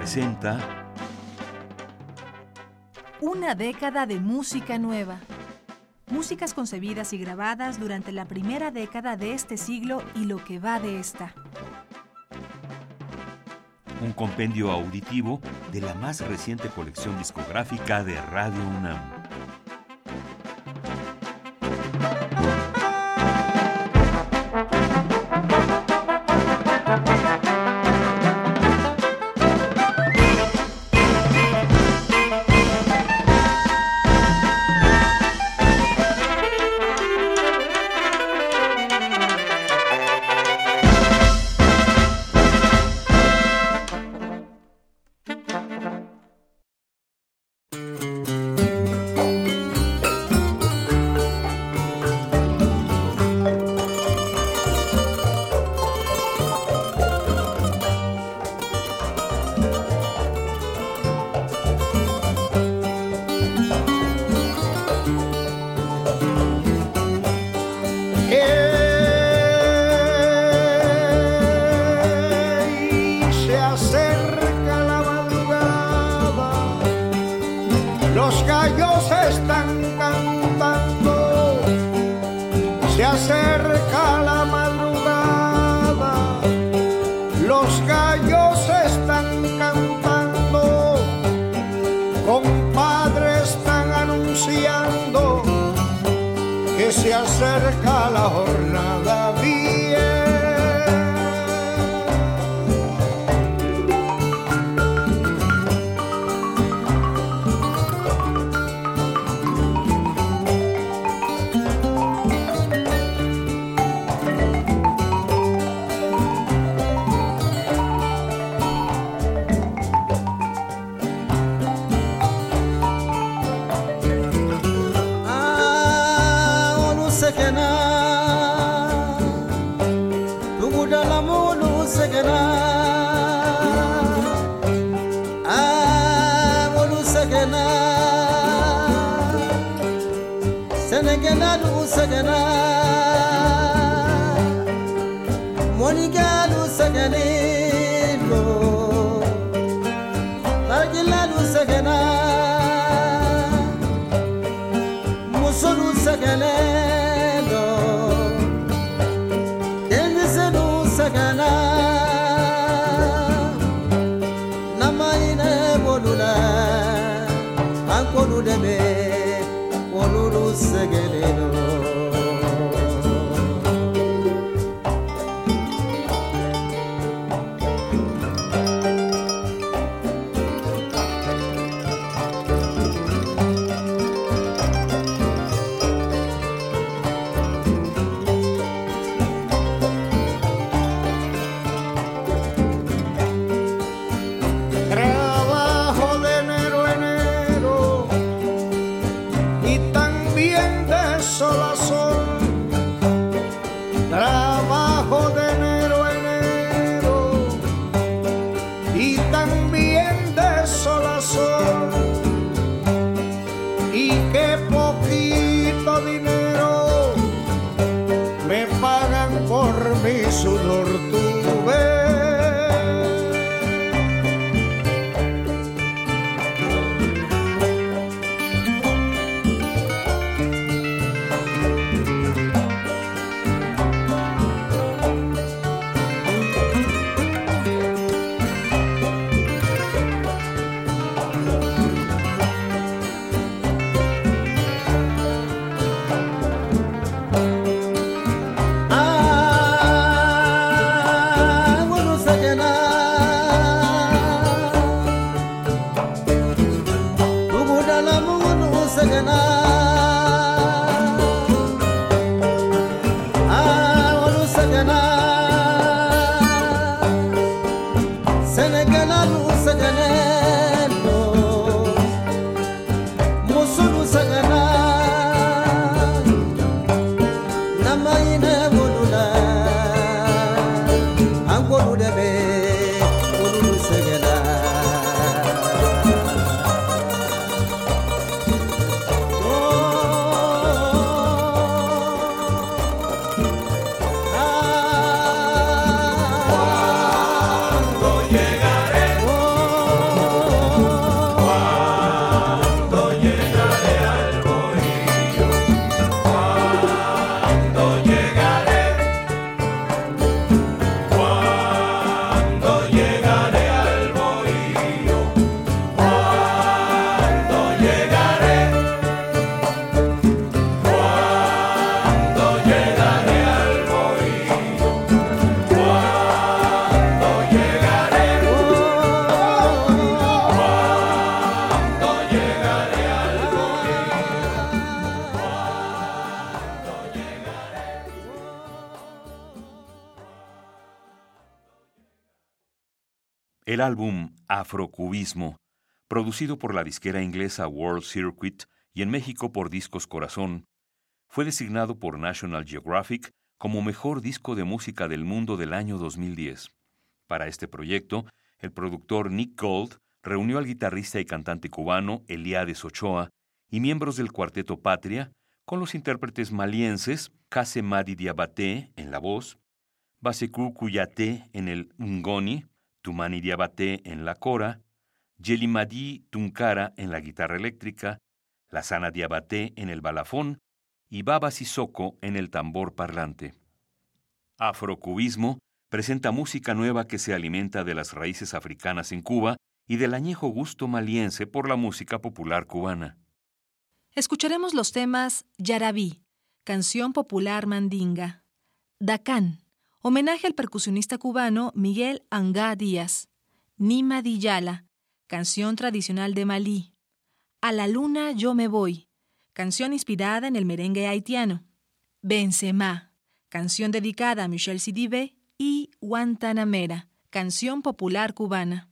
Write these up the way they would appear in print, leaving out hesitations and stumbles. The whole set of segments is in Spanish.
presenta Una década de música nueva. Músicas concebidas y grabadas durante la primera década de este siglo y lo que va de esta. un compendio auditivo de la más reciente colección discográfica de Radio UNAM. Los gallos están cantando, se acerca la madrugada. Los gallos están cantando, compadre, están anunciando que se acerca la jornada bien. Sagana Monigalu Saganelo Margilalu Sagana Musulu Saganelo Demiselu Sagana Namaine Bolula Ankolu Debe Wolulu Saganelo. Trabajo de enero a enero y también de sol a sol, y qué poquito dinero me pagan por mi sudor tuve. Oh El álbum Afrocubismo, producido por la disquera inglesa World Circuit y en México por Discos Corazón, fue designado por National Geographic como mejor disco de música del mundo del año 2010. Para este proyecto, el productor Nick Gold reunió al guitarrista y cantante cubano Eliades Ochoa y miembros del cuarteto Patria, con los intérpretes malienses Kase Madi Diabaté en la voz, Baseku Kuyate en el ngoni, Tumani Diabaté en la cora, Yelimadi Tunkara en la guitarra eléctrica, Lasana Diabaté en el balafón y Baba Sissoko en el tambor parlante. Afrocubismo presenta música nueva que se alimenta de las raíces africanas en Cuba y del añejo gusto maliense por la música popular cubana. Escucharemos los temas Yarabí, canción popular mandinga; Dacán, homenaje al percusionista cubano Miguel Angá Díaz; Nima Diyala, canción tradicional de Malí; A la luna yo me voy, canción inspirada en el merengue haitiano; Benzema, canción dedicada a Michel Sidibé; y Guantanamera, canción popular cubana.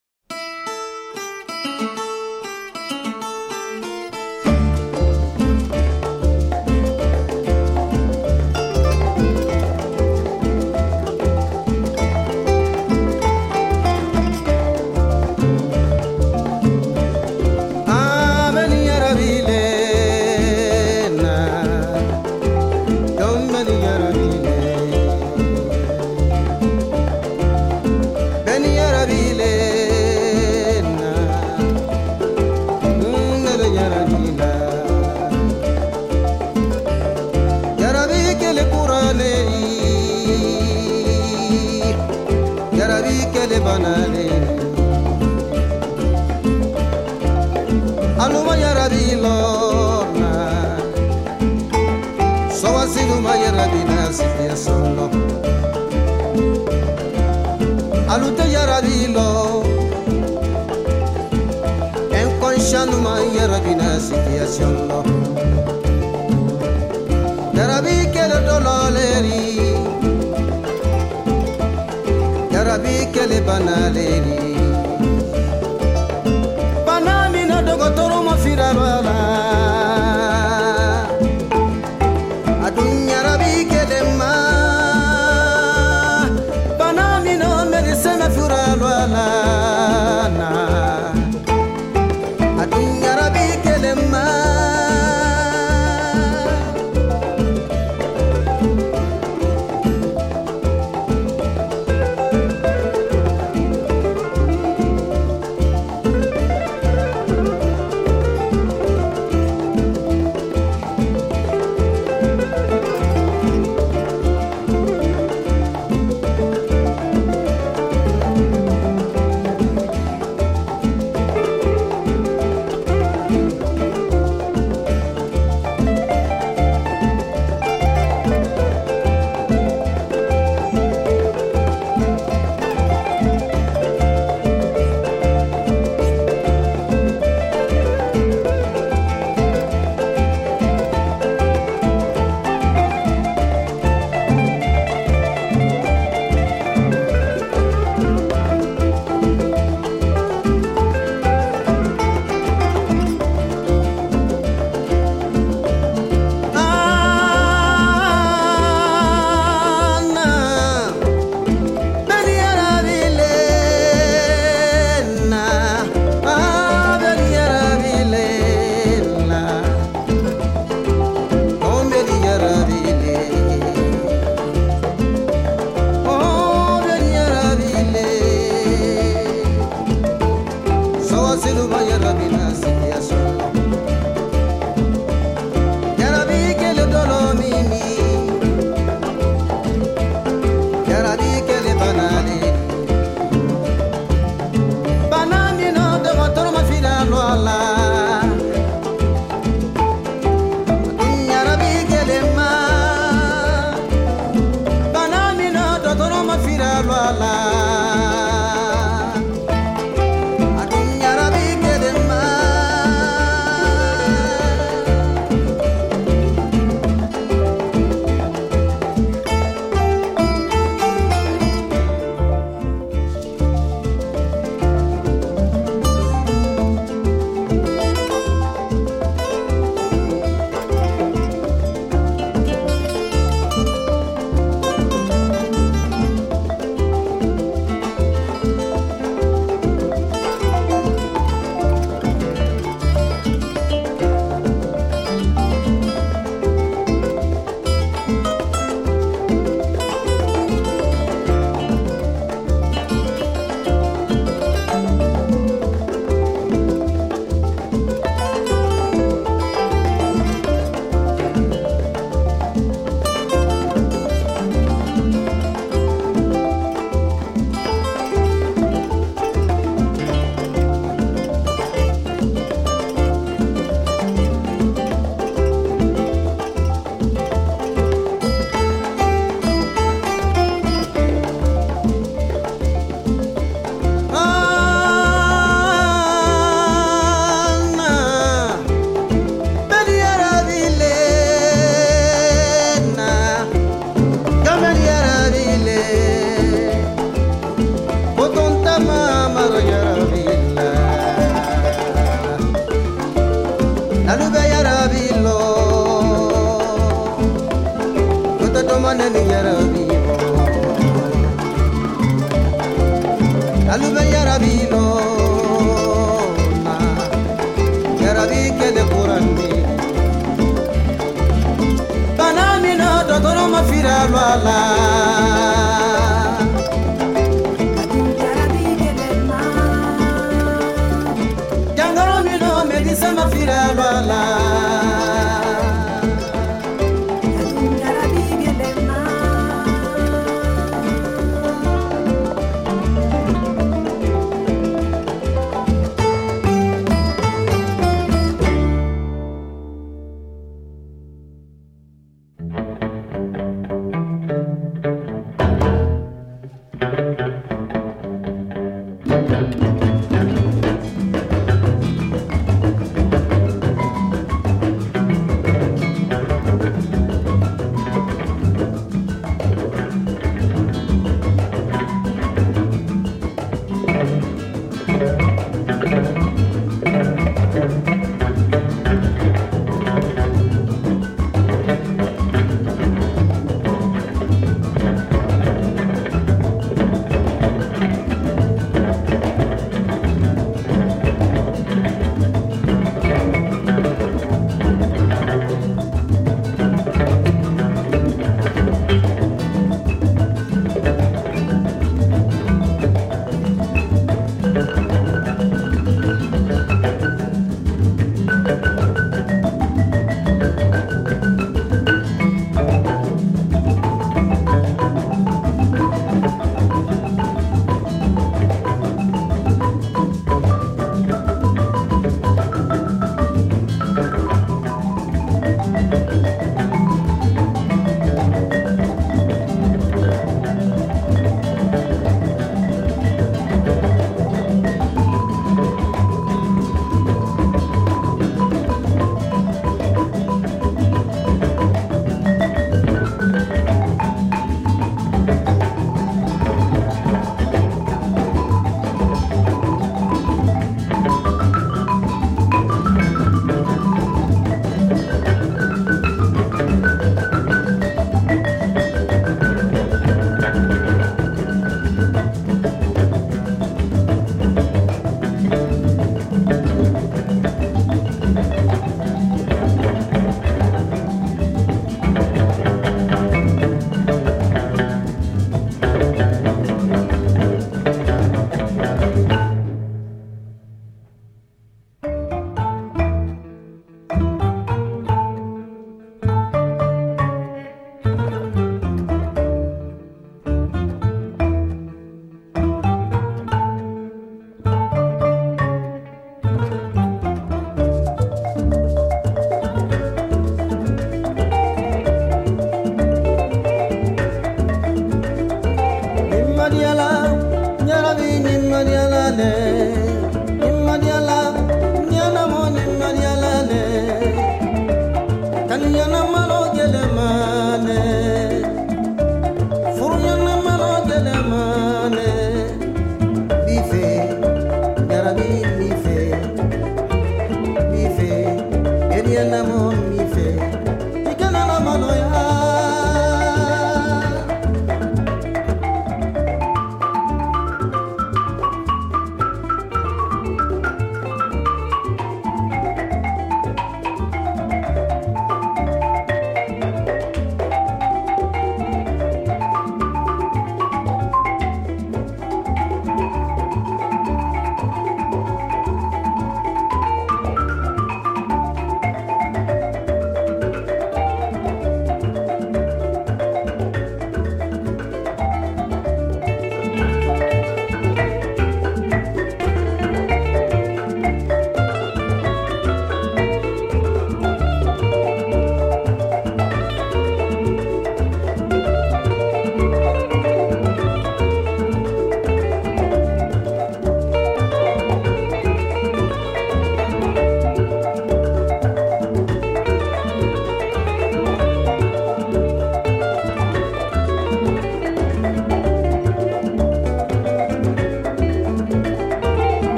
Aluma yarabi lorna, so asiguma yarabi nasiya solo. Alute yarabi lo, en conshanuma yarabi nasiya solo. Yarabi kele dololeri, yarabi kele banaleri. Dogotoro ma firarwala adunya rabi kedema banami no medise me firarwala na adunya rabi kedema nani yarabi alube yarabi lo na yarabi kele kurandi banamina dotoro mafira lwala jangaro mino medisa mafira lwala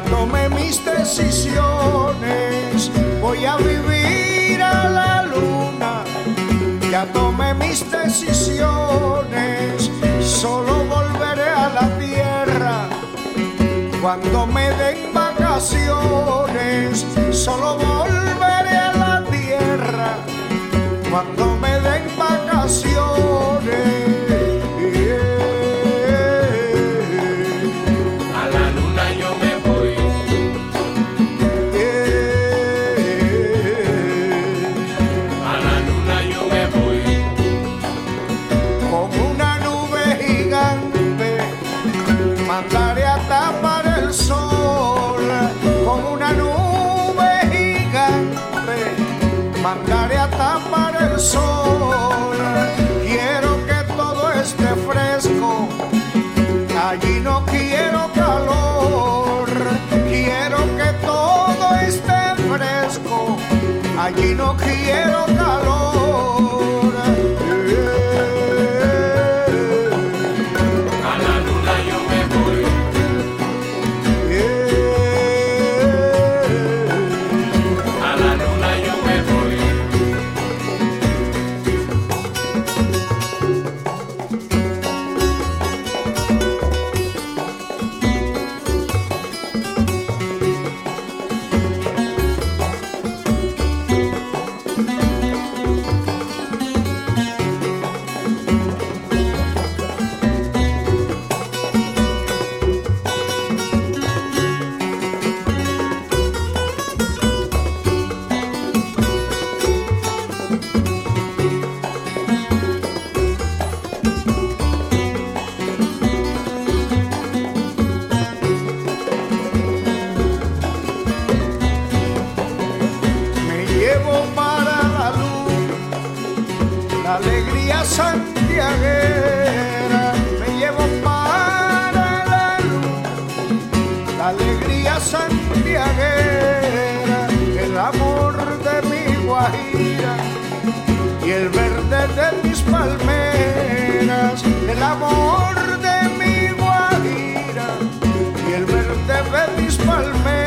tomé mis decisiones, voy a vivir a la luna. Ya tomé mis decisiones, solo volveré a la tierra. Cuando me den vacaciones, solo volveré a la tierra. Cuando me den vacaciones. Mandaré a tapar el sol con una nube gigante. Mandaré a tapar el sol. Quiero que todo esté fresco. Allí no quiero calor. Quiero que todo esté fresco. Allí no quiero calor. Alegría santiaguera me llevo para la luz, la alegría santiaguera, el amor de mi Guajira y el verde de mis palmeras, el amor de mi Guajira y el verde de mis palmeras.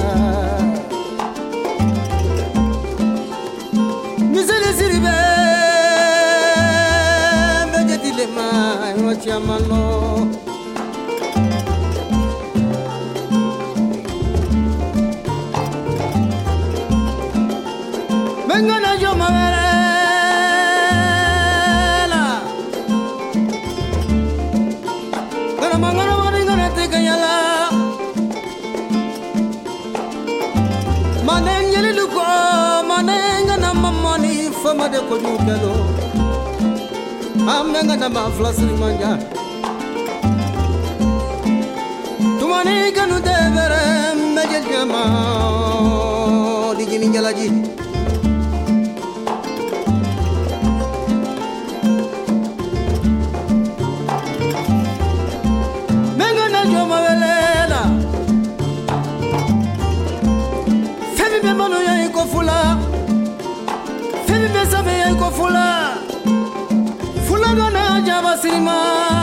misele siribe bejetile ma wachamano mengana joma verela gara mangana waringana tegayala manengeli luko manengana mamani fama de ko jukelo amengana ma flasri manja tumani ganu devere mejel jama digini jalaji Fula gana jaba sirima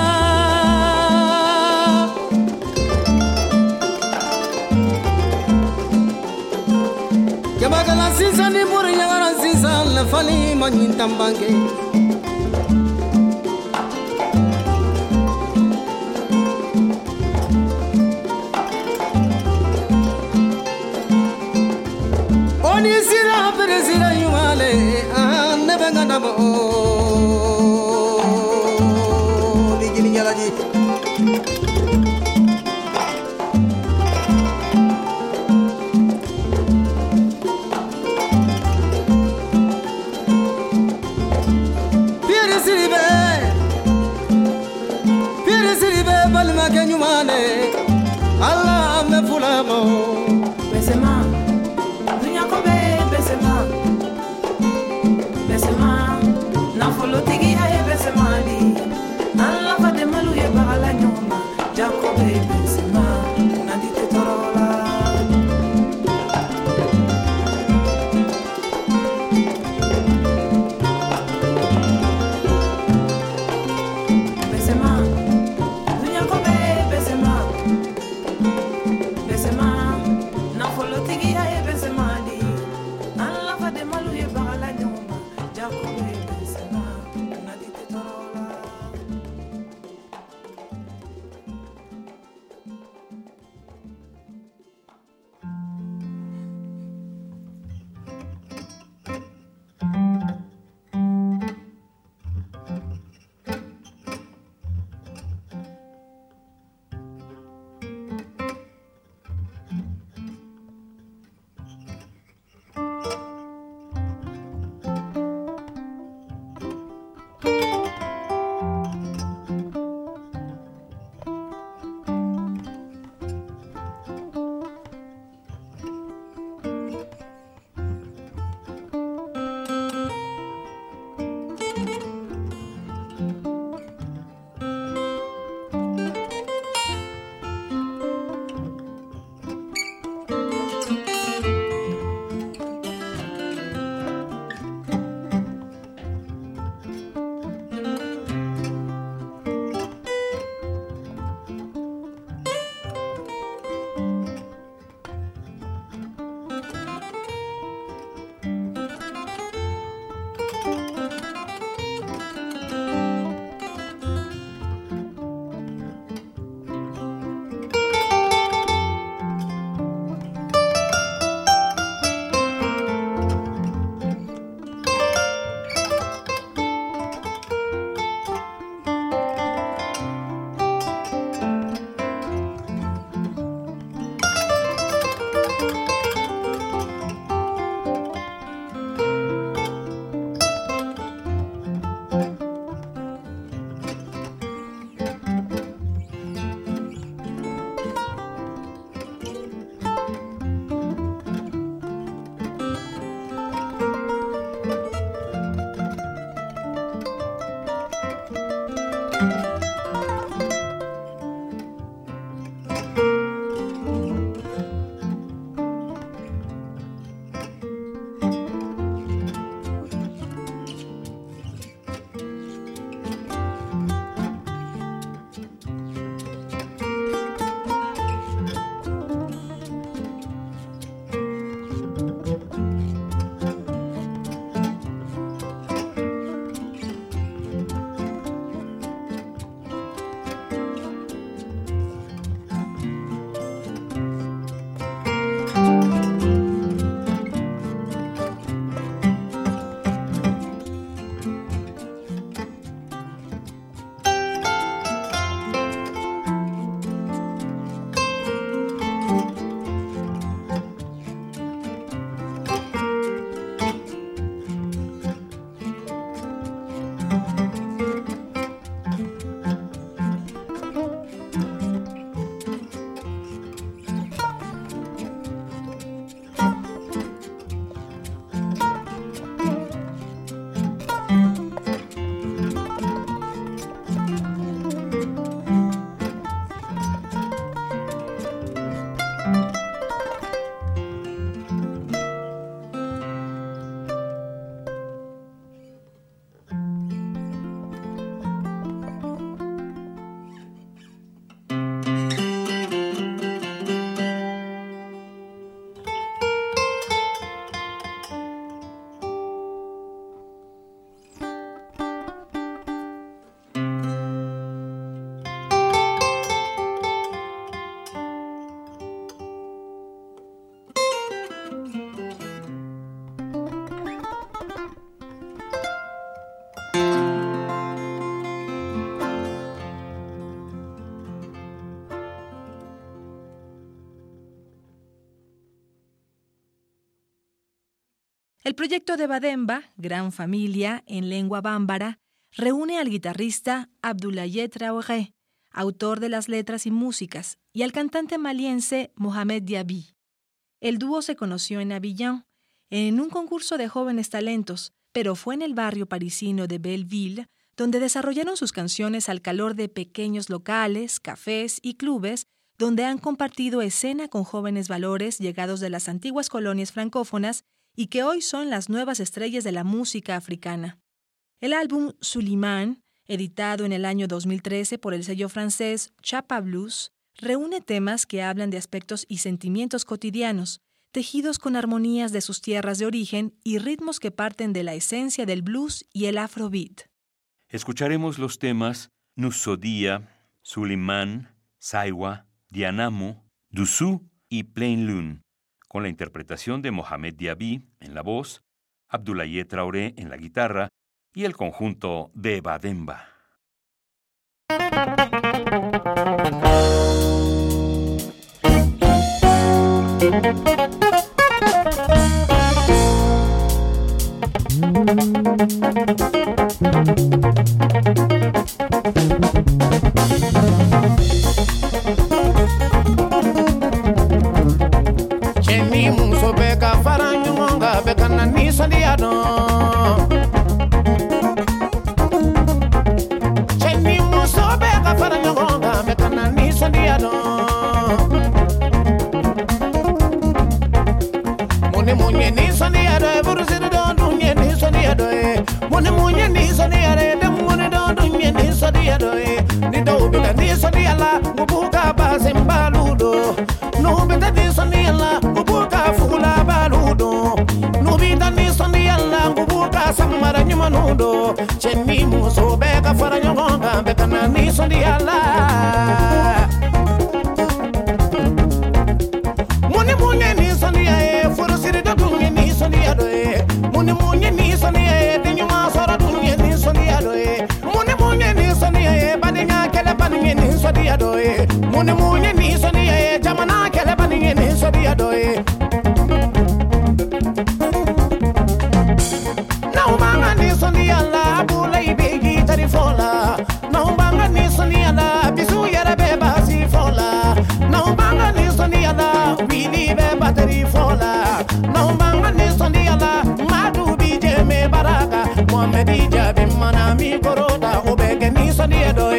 jaba gala sisa ni buri yagara sisa la fali manyin tambange oni sira pere sira yumale nebengandamo ligini yalaji Pire siribe balma kenyumane Allah me fulamo Besema dunya ko be besema El proyecto de Bademba, Gran Familia, en lengua bámbara, reúne al guitarrista Abdoulaye Traoré, autor de las letras y músicas, y al cantante maliense Mohamed Diaby. El dúo se conoció en Abidjan, en un concurso de jóvenes talentos, pero fue en el barrio parisino de Belleville donde desarrollaron sus canciones al calor de pequeños locales, cafés y clubes, donde han compartido escena con jóvenes valores llegados de las antiguas colonias francófonas y que hoy son las nuevas estrellas de la música africana. El álbum Suliman, editado en el año 2013 por el sello francés Chapa Blues, reúne temas que hablan de aspectos y sentimientos cotidianos, tejidos con armonías de sus tierras de origen y ritmos que parten de la esencia del blues y el afrobeat. Escucharemos los temas Nusodia, Suliman, Saiwa, Dianamo, Dusu y Plain Lune, con la interpretación de Mohamed Diaby en la voz, Abdoulaye Traoré en la guitarra y el conjunto de Bademba. Cheni muso beka faranyonga beka na nisaliano. Cheni muso beka faranyonga beka na nisaliano. Munye nisaliano buruziro don munye nisaliano. Munye nisaliano dem munye don munye nisaliano. Ni do beka nisaliala ngubuka basembaludo. No beta nisaliala ngubuka fula baludo. No beta nisaliala ngubuka samara nyumanudo. Cheni muso beka faranyonga beka na nisaliala. Munye nisaliala furusiri don munye nisaliano. Munye nisaliala denyuma sora don munye nisaliano. Munye nisaliala badenya kele badenya nisaliano. Munye nisaliala jamana kele badenya nisaliano. Now banga nisaliala bulai begi tarifola. Now banga nisaliala bisu yara beba si fola. Now banga nisaliala wili beba tarifola. Now banga nisaliala madu bije me baraka. Muhammedi jabi manami koroda obege nisaliano.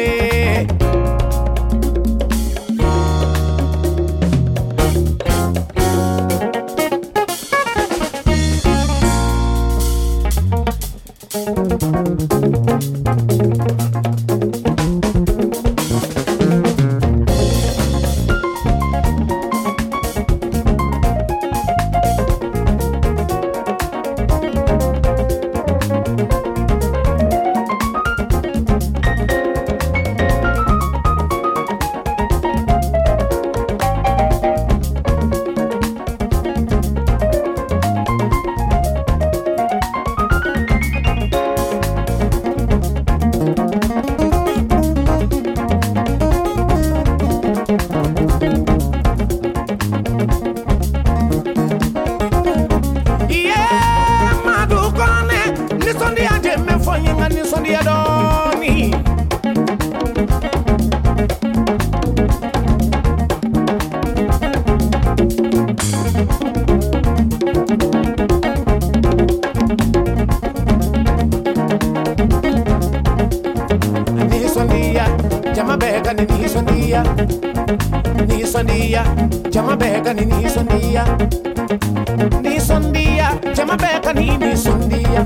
Nisondia, chama beka ni nisondia. Nisondia, chama beka ni nisondia.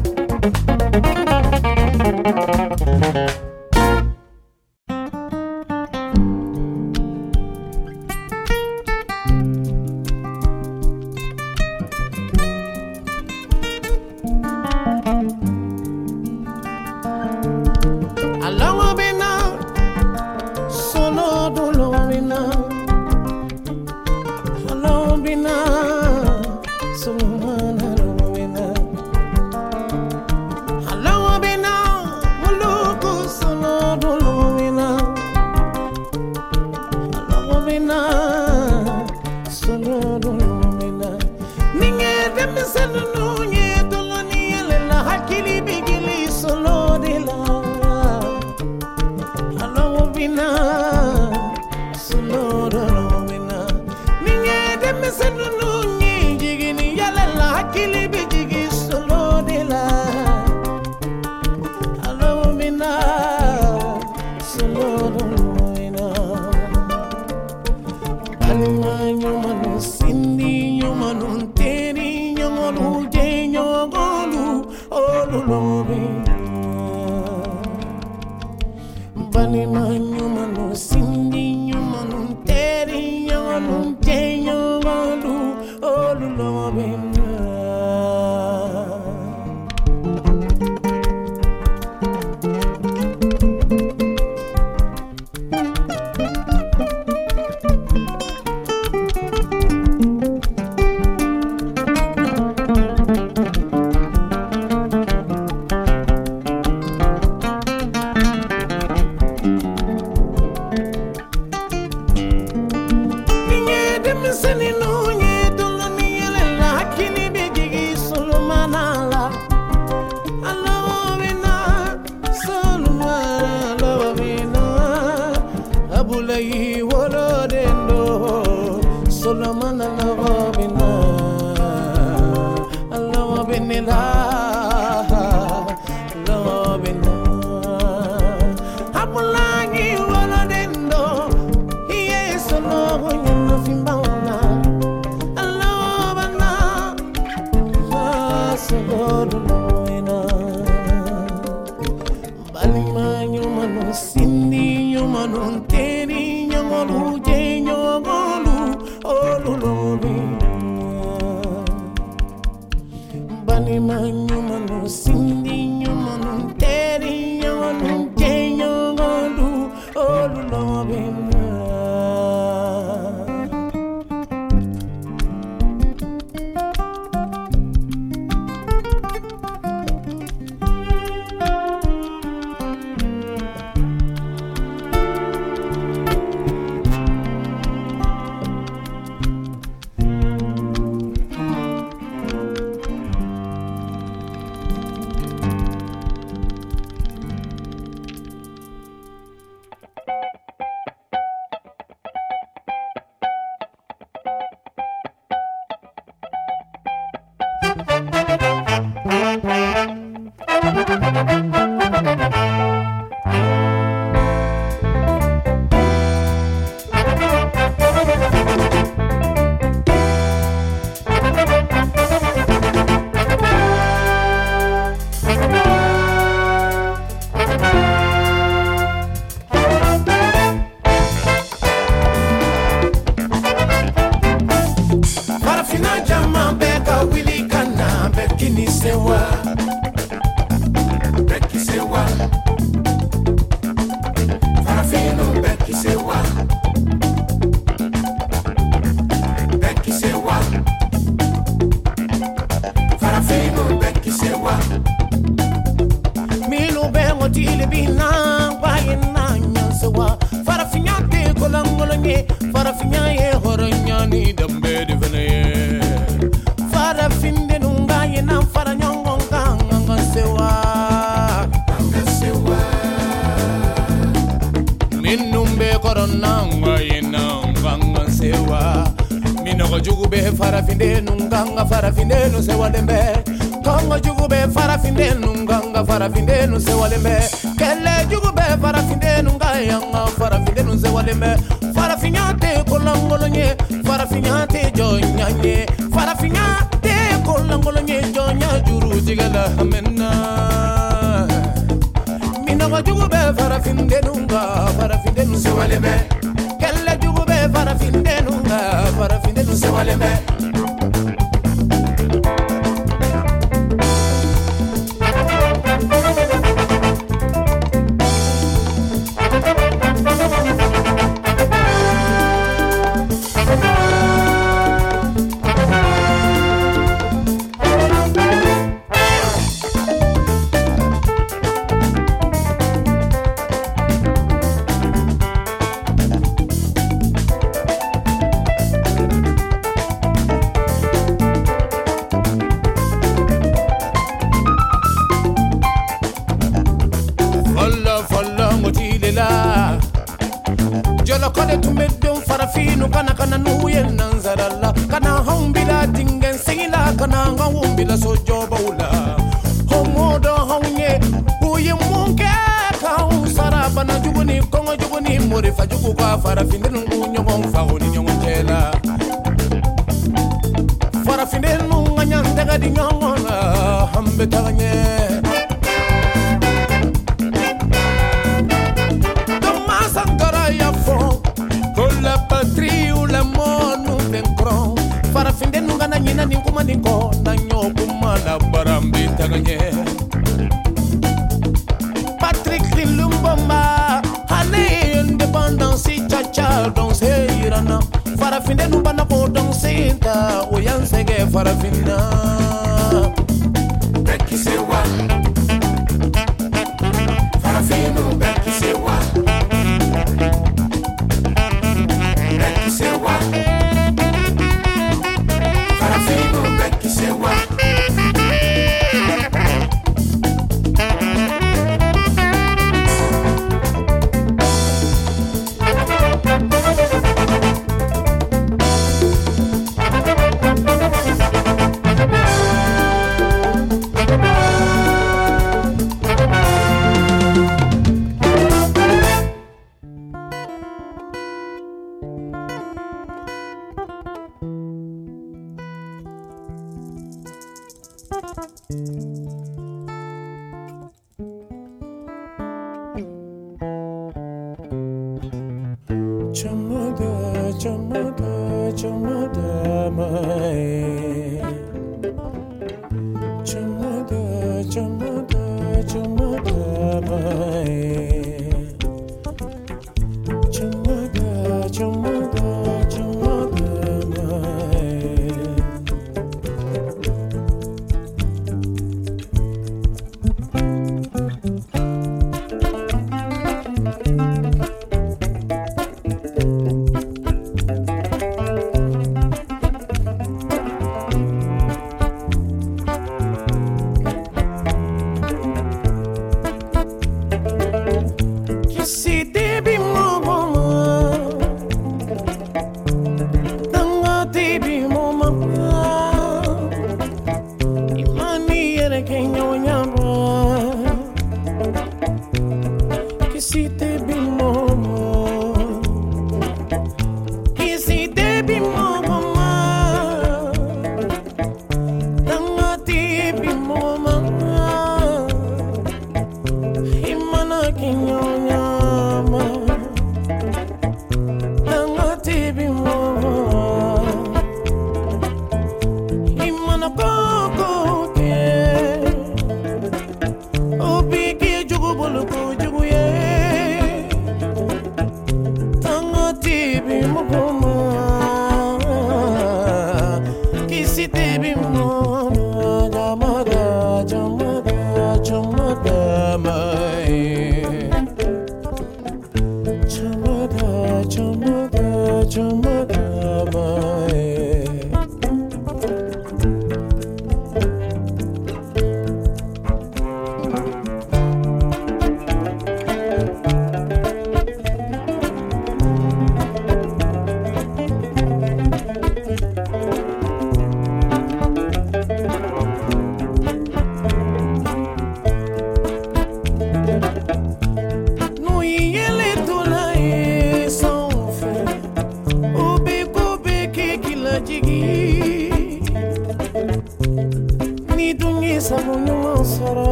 Ninguém deve ser no kron farafinde nunga na nyina ni kuma ni ko na nyokuma na barambi tagaye Patrick Lumumba hane independence chacha don seirana farafinde nunga na ko don senta uyansege farafina Becky sewa farafino Becky sewa Becky sewa farafino Becky sewa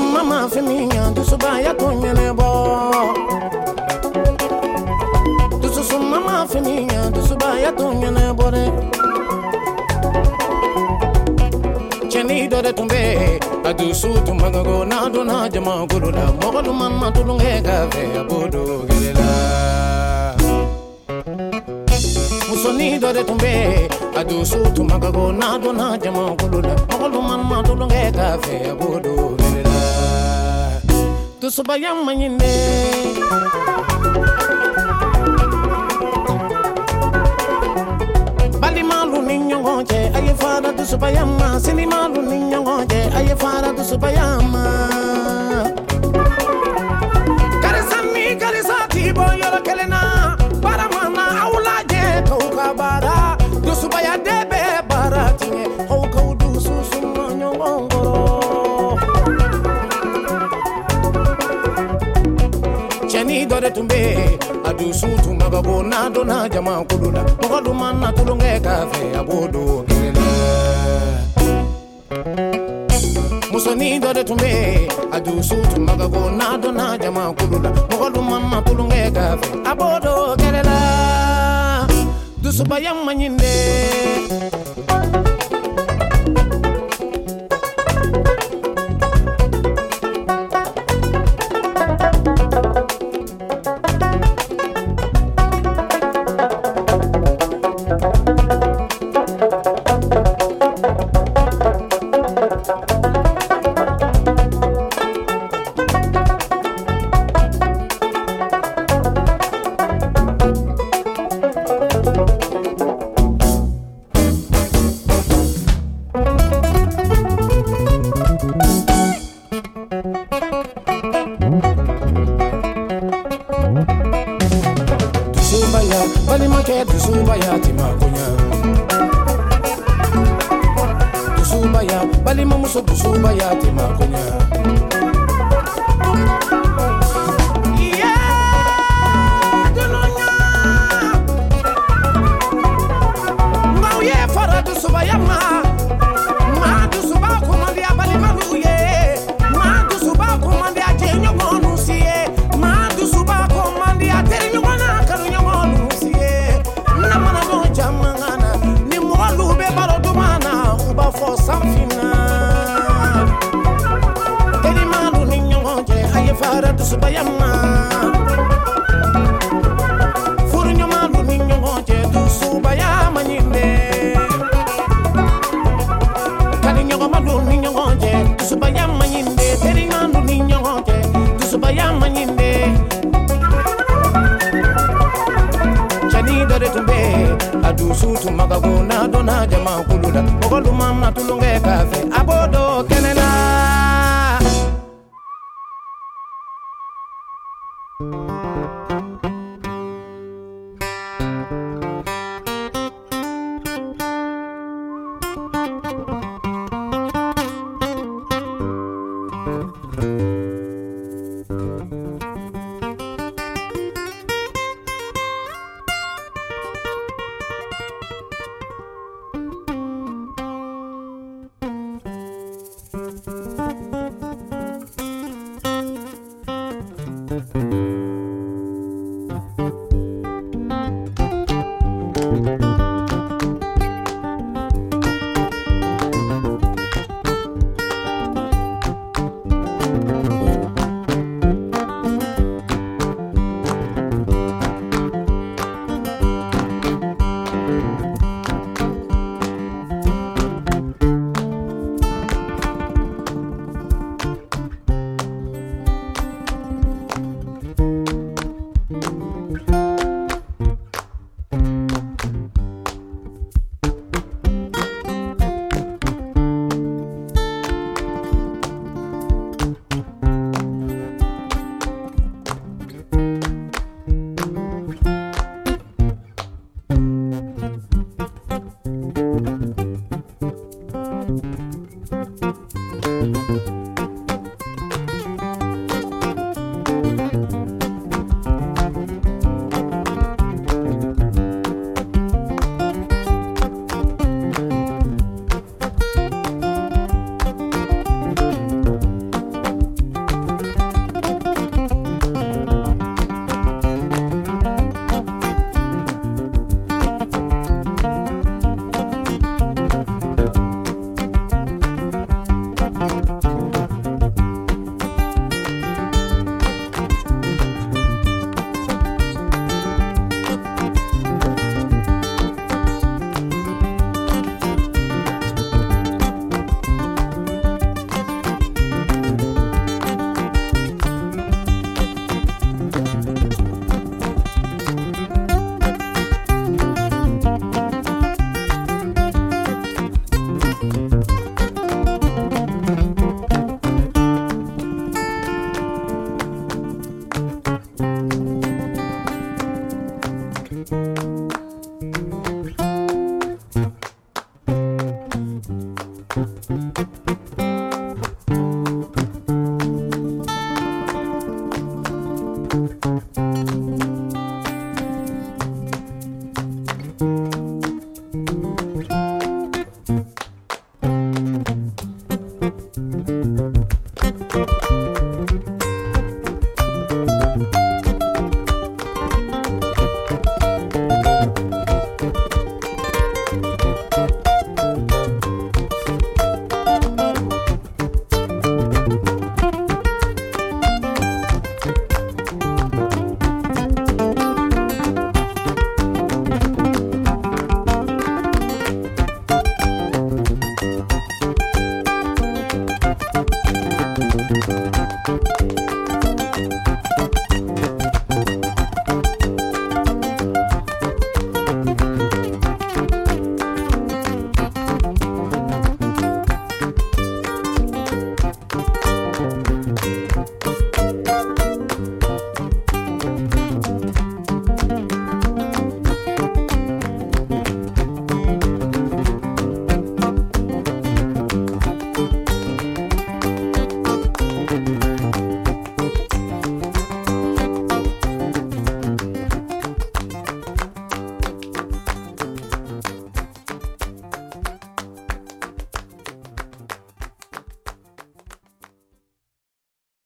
mama feminya dusu ba ya tonyene bo dusu mama feminya dusu ba ya tonyene bore cheni do de tumbe adusu tumago na do na jama gurula mogolu mama tulunge ga ve abodo gelela musoni do de tumbe adusu tumago na do na jama gurula mogolu mama tulunge ga ve abodo gelela dusu bayam manyine malu ninyongoje aye fara du subayama sini malu ninyongoje aye fara du subayama karisani karisati boyoro kelena para mana aulaje kauka bara du subaya debe baratinye hauka du susunyo nyongongoro cheni dore tumbe adusu tumagabo na dona jama kulula mogolu manna tulunge kafe abodo gelela musoni dore tumbe adusu tumagabo na dona jama kulula mogolu manna tulunge kafe abodo gelela dusu bayam manyinde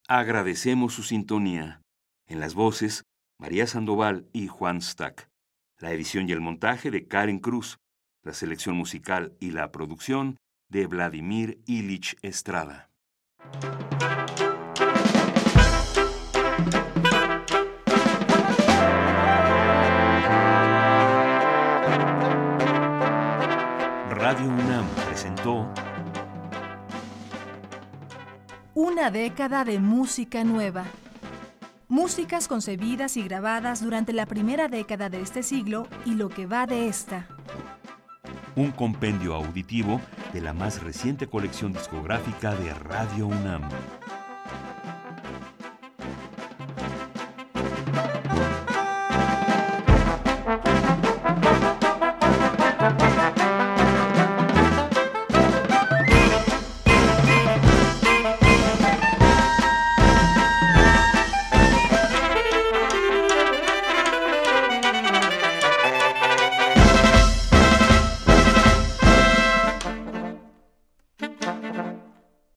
Agradecemos su sintonía. En las voces, María Sandoval y Juan Stack. La edición y el montaje de Karen Cruz. La selección musical y la producción de Vladimir Ilich Estrada. Radio UNAM presentó Una década de música nueva. Músicas concebidas y grabadas durante la primera década de este siglo y lo que va de esta. un compendio auditivo de la más reciente colección discográfica de Radio UNAM.